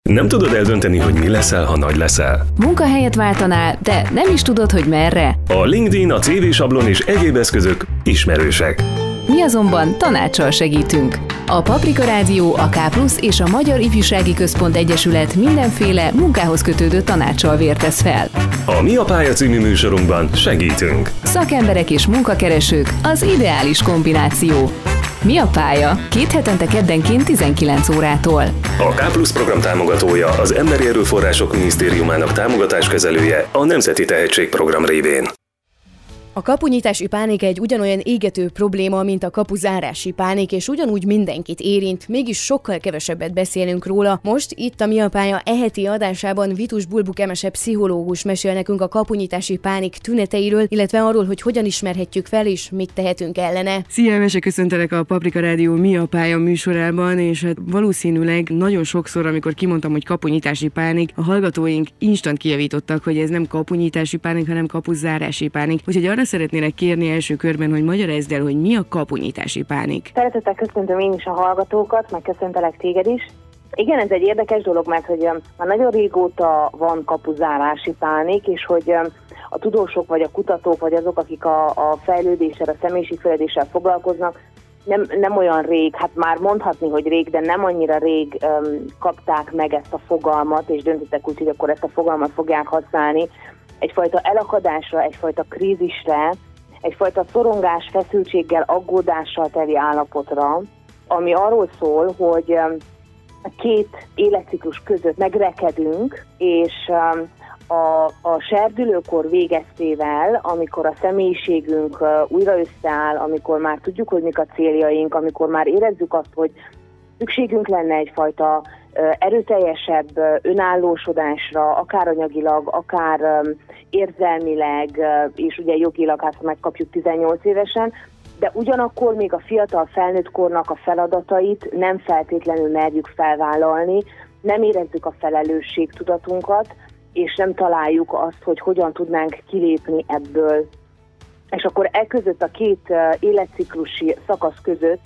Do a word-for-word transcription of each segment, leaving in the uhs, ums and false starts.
Nem tudod eldönteni, hogy mi leszel, ha nagy leszel? Munkahelyet váltanál, de nem is tudod, hogy merre? A LinkedIn, a cé vé-sablon és egyéb eszközök ismerősek. Mi azonban tanáccsal segítünk. A Paprika Rádió, a K plusz és a Magyar Ifjúsági Központ Egyesület mindenféle munkához kötődő tanáccsal vértesz fel. A Mi a pálya című műsorunkban segítünk. Szakemberek és munkakeresők az ideális kombináció. Mi a pálya? Két hetente keddenként tizenkilenc órától. A K plusz program támogatója, az Emberi Erőforrások Minisztériumának támogatáskezelője a Nemzeti Tehetségprogram révén. A kapunyitási pánik egy ugyanolyan égető probléma, mint a kapuzárási pánik, és ugyanúgy mindenkit érint, mégis sokkal kevesebbet beszélünk róla. Most itt a Mi a pálya eheti adásában Vitus Bulbuk Emese pszichológus mesél nekünk a kapunyitási pánik tüneteiről, illetve arról, hogy hogyan ismerhetjük fel és mit tehetünk ellene. Szia, Emese, köszöntelek a Paprika Rádió Mi a pálya műsorában, és hát valószínűleg nagyon sokszor, amikor kimondtam, hogy kapunyitási pánik, a hallgatóink instant kijavítottak, hogy ez nem kapunyitási pánik, hanem kapuzárási pánik. Úgyhogy arra szeretnélek kérni első körben, hogy magyarázd el, hogy mi a kapunyitási pánik. Szeretettel köszöntöm én is a hallgatókat, meg köszöntelek téged is. Igen, ez egy érdekes dolog, mert hogy már nagyon régóta van kapuzárási pánik, és hogy a tudósok, vagy a kutatók, vagy azok, akik a, a fejlődéssel, a személyiségfejlődéssel foglalkoznak, nem, nem olyan rég, hát már mondhatni, hogy rég, de nem annyira rég um, kapták meg ezt a fogalmat, és döntöttek úgy, hogy akkor ezt a fogalmat fogják használni, egyfajta elakadásra, egyfajta krízisre, egyfajta szorongás, feszültséggel, aggódással teli állapotra, ami arról szól, hogy a két életciklus között megrekedünk, és a, a serdülőkor végeztével, amikor a személyiségünk újra összeáll, amikor már tudjuk, hogy mik a céljaink, amikor már érezzük azt, hogy szükségünk lenne egyfajta erőteljesebb önállósodásra, akár anyagilag, akár érzelmileg, és ugye jogilag hát megkapjuk tizennyolc évesen, de ugyanakkor még a fiatal felnőtt kornak a feladatait nem feltétlenül merjük felvállalni, nem érezzük a felelősségtudatunkat, és nem találjuk azt, hogy hogyan tudnánk kilépni ebből. És akkor e között, a két életciklusi szakasz között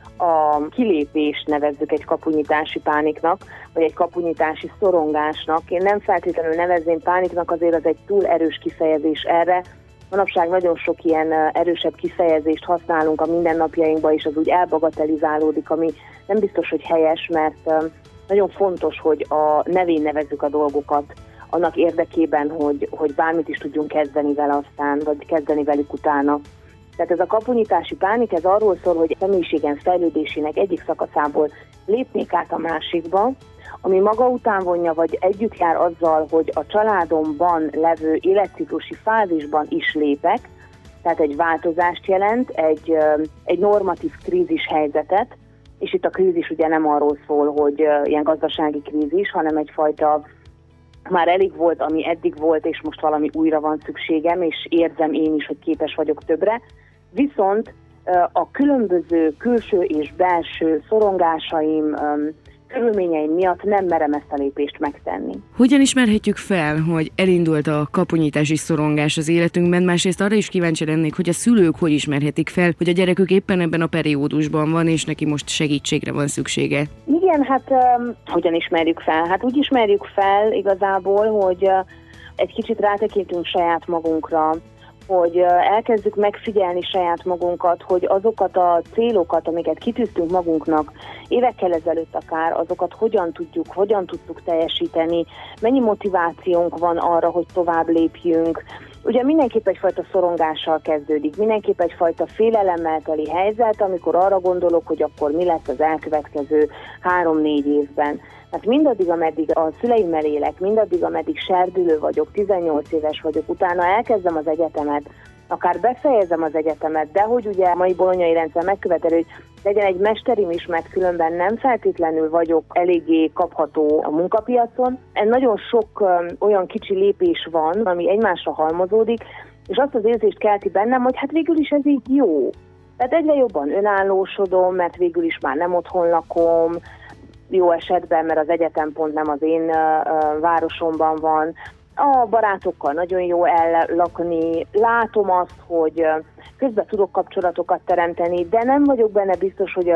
a kilépést nevezzük egy kapunyitási pániknak, vagy egy kapunyitási szorongásnak. Én nem feltétlenül nevezném pániknak, azért az egy túl erős kifejezés erre. Manapság nagyon sok ilyen erősebb kifejezést használunk a mindennapjainkban, és az úgy elbagatelizálódik, ami nem biztos, hogy helyes, mert nagyon fontos, hogy a nevén nevezzük a dolgokat, annak érdekében, hogy, hogy bármit is tudjunk kezdeni vele aztán, vagy kezdeni velük utána. Tehát ez a kapunyitási pánik, ez arról szól, hogy a személyiségem fejlődésének egyik szakaszából lépnék át a másikba, ami maga után vonja, vagy együtt jár azzal, hogy a családomban levő életciklusi fázisban is lépek, tehát egy változást jelent, egy, egy normatív krízis helyzetet, és itt a krízis ugye nem arról szól, hogy ilyen gazdasági krízis, hanem egyfajta már elég volt, ami eddig volt, és most valami újra van szükségem, és érzem én is, hogy képes vagyok többre. Viszont a különböző külső és belső szorongásaim, körülményeim miatt nem merem ezt a lépést megtenni. Hogyan ismerhetjük fel, hogy elindult a kapunyitási szorongás az életünkben? Másrészt arra is kíváncsi lennék, hogy a szülők hogy ismerhetik fel, hogy a gyerekük éppen ebben a periódusban van, és neki most segítségre van szüksége. Igen, hát um, hogyan ismerjük fel? Hát úgy ismerjük fel igazából, hogy uh, egy kicsit rátekintünk saját magunkra, hogy elkezdjük megfigyelni saját magunkat, hogy azokat a célokat, amiket kitűztünk magunknak évekkel ezelőtt akár, azokat hogyan tudjuk, hogyan tudtuk teljesíteni, mennyi motivációnk van arra, hogy tovább lépjünk. Ugye mindenképp egyfajta szorongással kezdődik, mindenképp egyfajta félelemmel teli helyzet, amikor arra gondolok, hogy akkor mi lesz az elkövetkező három-négy évben. Hát mindaddig, ameddig a szüleimmel élek, mindaddig, ameddig serdülő vagyok, tizennyolc éves vagyok, utána elkezdem az egyetemet, akár befejezem az egyetemet, de hogy ugye a mai bolonyai rendszer megköveteli, hogy legyen egy mesterim is, mert különben nem feltétlenül vagyok eléggé kapható a munkapiacon. Ez nagyon sok um, olyan kicsi lépés van, ami egymásra halmozódik, és azt az érzést kelti bennem, hogy hát végül is ez így jó. Tehát egyre jobban önállósodom, mert végül is már nem otthon lakom, jó esetben, mert az egyetem pont nem az én uh, városomban van. A barátokkal nagyon jó ellakni, látom azt, hogy közben tudok kapcsolatokat teremteni, de nem vagyok benne biztos, hogy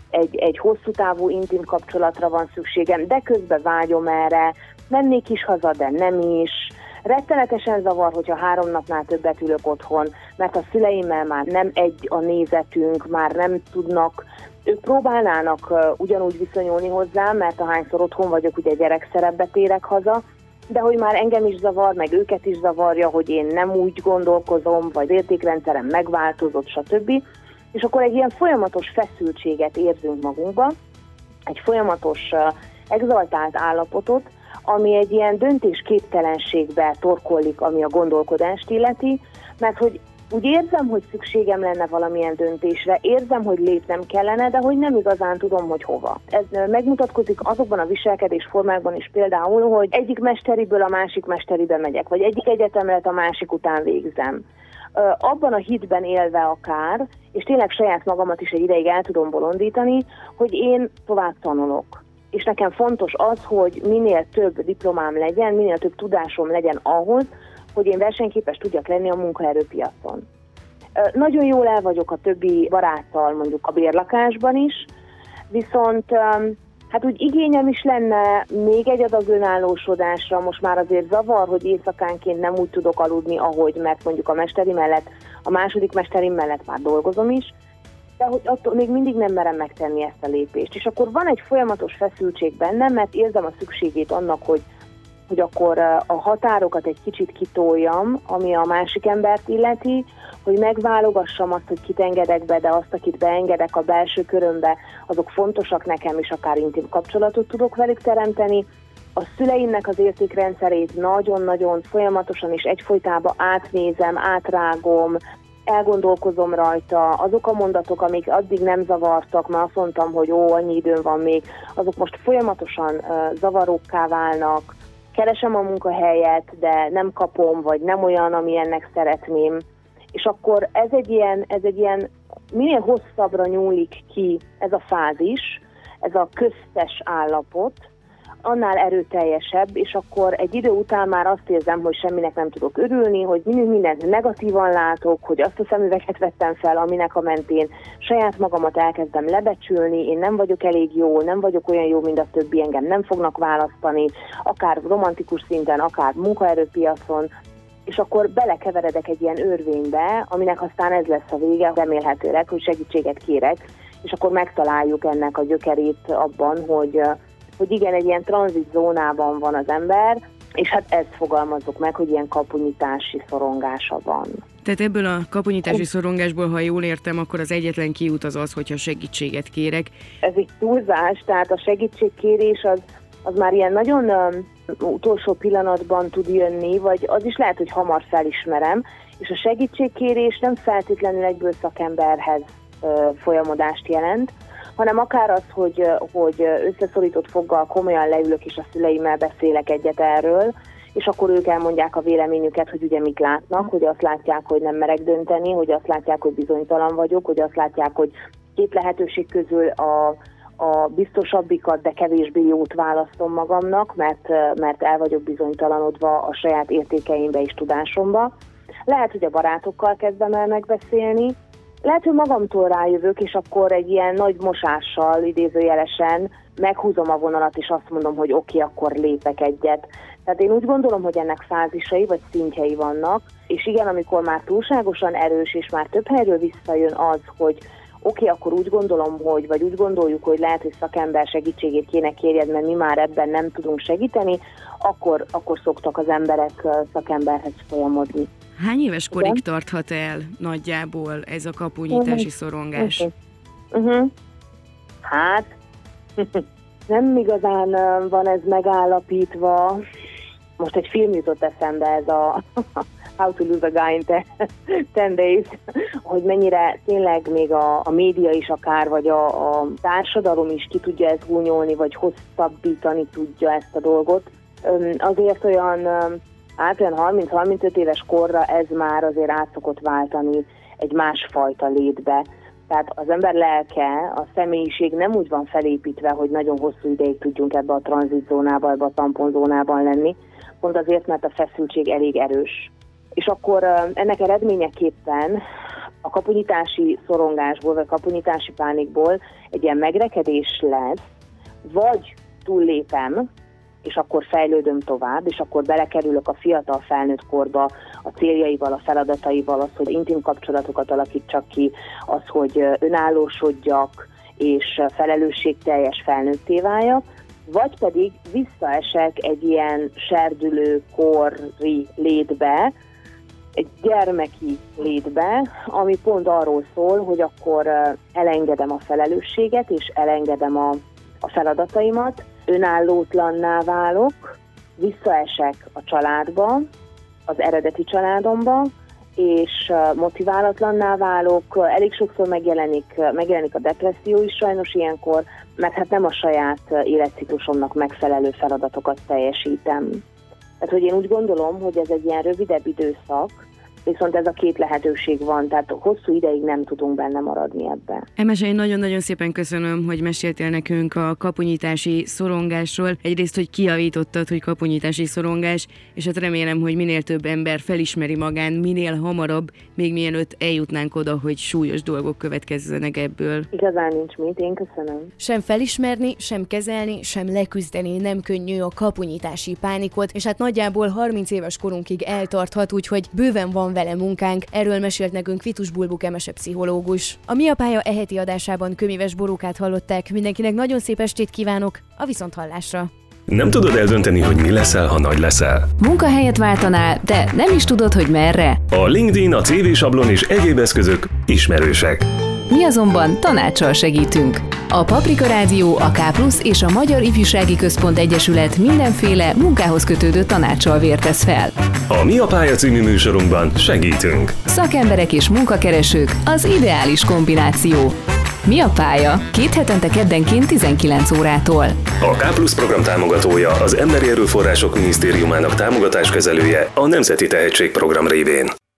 egy, egy hosszú távú intim kapcsolatra van szükségem, de közben vágyom erre, mennék is haza, de nem is. Rettenetesen zavar, hogyha három napnál többet ülök otthon, mert a szüleimmel már nem egy a nézetünk, már nem tudnak, ők próbálnának uh, ugyanúgy viszonyulni hozzám, mert ahányszor otthon vagyok, ugye gyerekszerepbe térek haza, de hogy már engem is zavar, meg őket is zavarja, hogy én nem úgy gondolkozom, vagy értékrendszerem megváltozott, stb. És akkor egy ilyen folyamatos feszültséget érzünk magunkba, egy folyamatos uh, exaltált állapotot, ami egy ilyen döntésképtelenségbe torkollik, ami a gondolkodást illeti, mert hogy úgy érzem, hogy szükségem lenne valamilyen döntésre, érzem, hogy lépnem kellene, de hogy nem igazán tudom, hogy hova. Ez megmutatkozik azokban a viselkedésformákban is például, hogy egyik mesteriből a másik mesteribe megyek, vagy egyik egyetemet a másik után végzem. Abban a hitben élve akár, és tényleg saját magamat is egy ideig el tudom bolondítani, hogy én tovább tanulok. És nekem fontos az, hogy minél több diplomám legyen, minél több tudásom legyen ahhoz, hogy én versenyképes tudjak lenni a munkaerőpiacon. Nagyon jól el vagyok a többi baráttal, mondjuk a bérlakásban is, viszont hát úgy igényem is lenne még egy adag önállósodásra, most már azért zavar, hogy éjszakánként nem úgy tudok aludni, ahogy, mert mondjuk a mesteri mellett, a második mesterim mellett már dolgozom is, de hogy attól még mindig nem merem megtenni ezt a lépést. És akkor van egy folyamatos feszültség bennem, mert érzem a szükségét annak, hogy, hogy akkor a határokat egy kicsit kitoljam, ami a másik embert illeti, hogy megválogassam azt, hogy kit engedek be, de azt, akit beengedek a belső körömbe, azok fontosak nekem, és akár intim kapcsolatot tudok velük teremteni. A szüleimnek az értékrendszerét nagyon-nagyon folyamatosan és egyfolytában átnézem, átrágom, elgondolkozom rajta, azok a mondatok, amik addig nem zavartak, mert azt mondtam, hogy ó, annyi időm van még, azok most folyamatosan uh, zavarókká válnak, keresem a munkahelyet, de nem kapom, vagy nem olyan, amilyennek szeretném, és akkor ez egy ilyen, ez egy ilyen minél hosszabbra nyúlik ki ez a fázis, ez a köztes állapot, annál erőteljesebb, és akkor egy idő után már azt érzem, hogy semminek nem tudok örülni, hogy mindent negatívan látok, hogy azt a szemüveget vettem fel, aminek a mentén saját magamat elkezdem lebecsülni, én nem vagyok elég jó, nem vagyok olyan jó, mint a többi, engem nem fognak választani, akár romantikus szinten, akár munkaerőpiacon, és akkor belekeveredek egy ilyen örvénybe, aminek aztán ez lesz a vége, remélhetőleg, hogy segítséget kérek, és akkor megtaláljuk ennek a gyökerét abban, hogy hogy igen, egy ilyen tranzitzónában van az ember, és hát ezt fogalmazzuk meg, hogy ilyen kapunyítási szorongása van. Tehát ebből a kapunyítási szorongásból, ha jól értem, akkor az egyetlen kiút az az, hogyha segítséget kérek. Ez egy túlzás, tehát a segítségkérés az, az már ilyen nagyon um, utolsó pillanatban tud jönni, vagy az is lehet, hogy hamar felismerem, és a segítségkérés nem feltétlenül egyből szakemberhez uh, folyamodást jelent, hanem akár az, hogy, hogy összeszorított foggal komolyan leülök, és a szüleimmel beszélek egyet erről, és akkor ők elmondják a véleményüket, hogy ugye mit látnak, hogy azt látják, hogy nem merek dönteni, hogy azt látják, hogy bizonytalan vagyok, hogy azt látják, hogy két lehetőség közül a, a biztosabbikat, de kevésbé jót választom magamnak, mert, mert el vagyok bizonytalanodva a saját értékeimbe és tudásomba. Lehet, hogy a barátokkal kezdem el megbeszélni, lehet, hogy magamtól rájövök, és akkor egy ilyen nagy mosással, idézőjelesen meghúzom a vonalat, és azt mondom, hogy oké, okay, akkor lépek egyet. Tehát én úgy gondolom, hogy ennek fázisai vagy szintjei vannak, és igen, amikor már túlságosan erős, és már több helyről visszajön az, hogy oké, okay, akkor úgy gondolom, hogy, vagy úgy gondoljuk, hogy lehet, hogy szakember segítségét kéne kérjed, mert mi már ebben nem tudunk segíteni, akkor, akkor szoktak az emberek szakemberhez folyamodni. Hány éves korig igen? tarthat el nagyjából ez a kapunyítási uh-huh. szorongás? Uh-huh. Uh-huh. Hát, nem igazán van ez megállapítva. Most egy film jutott eszembe, ez a How to Lose a Guy in ten days, hogy mennyire tényleg még a, a média is akár, vagy a, a társadalom is ki tudja ezt gúnyolni, vagy hosszabbítani tudja ezt a dolgot. Azért olyan... Hát olyan harminc-harmincöt éves korra ez már azért át szokott váltani egy másfajta létbe. Tehát az ember lelke, a személyiség nem úgy van felépítve, hogy nagyon hosszú ideig tudjunk ebbe a tranzitzónában, ebbe a tamponzónában lenni, pont azért, mert a feszültség elég erős. És akkor ennek eredményeképpen a kapunyítási szorongásból, vagy kapunyítási pánikból egy ilyen megrekedés lesz, vagy túllépem, és akkor fejlődöm tovább, és akkor belekerülök a fiatal felnőtt korba a céljaival, a feladataival, az, hogy intim kapcsolatokat alakítsak ki, az, hogy önállósodjak, és felelősségteljes felnőtté váljak, vagy pedig visszaesek egy ilyen serdülő kori létbe, egy gyermeki létbe, ami pont arról szól, hogy akkor elengedem a felelősséget, és elengedem a, a feladataimat, önállótlanná válok, visszaesek a családba, az eredeti családomba, és motiválatlanná válok. Elég sokszor megjelenik, megjelenik a depresszió is sajnos ilyenkor, mert hát nem a saját életciklusomnak megfelelő feladatokat teljesítem. Tehát, hogy én úgy gondolom, hogy ez egy ilyen rövidebb időszak, viszont ez a két lehetőség van, tehát hosszú ideig nem tudunk benne maradni ebbe. Emese, én nagyon-nagyon szépen köszönöm, hogy meséltél nekünk a kapunyítási szorongásról. Egyrészt, hogy kijavítottad, hogy kapunyítási szorongás, és hát remélem, hogy minél több ember felismeri magán, minél hamarabb, még mielőtt eljutnánk oda, hogy súlyos dolgok következzenek ebből. Igazán nincs mit, én köszönöm. Sem felismerni, sem kezelni, sem leküzdeni nem könnyű a kapunyítási pánikot, és hát nagyjából harminc éves korunkig eltarthat, úgyhogy bőven van vele munkánk, erről mesélt nekünk Vitus Bulbuk Emese pszichológus. A Mi a pálya e heti adásában Kömíves Borókát hallották, mindenkinek nagyon szép estét kívánok, a viszonthallásra! Nem tudod eldönteni, hogy mi leszel, ha nagy leszel? Munkahelyet váltanál, de nem is tudod, hogy merre? A LinkedIn, a cé vé-sablon és egyéb eszközök ismerősek. Mi azonban tanáccsal segítünk. A Paprika Rádió, a K plusz és a Magyar Ifjúsági Központ Egyesület mindenféle munkához kötődő tanáccsal vértesz fel. A Mi a pálya című műsorunkban segítünk. Szakemberek és munkakeresők az ideális kombináció. Mi a pálya? Két hetente keddenként tizenkilenc órától. A K plusz program támogatója, az Emberi Erőforrások Minisztériumának támogatáskezelője, a Nemzeti Tehetség Program révén.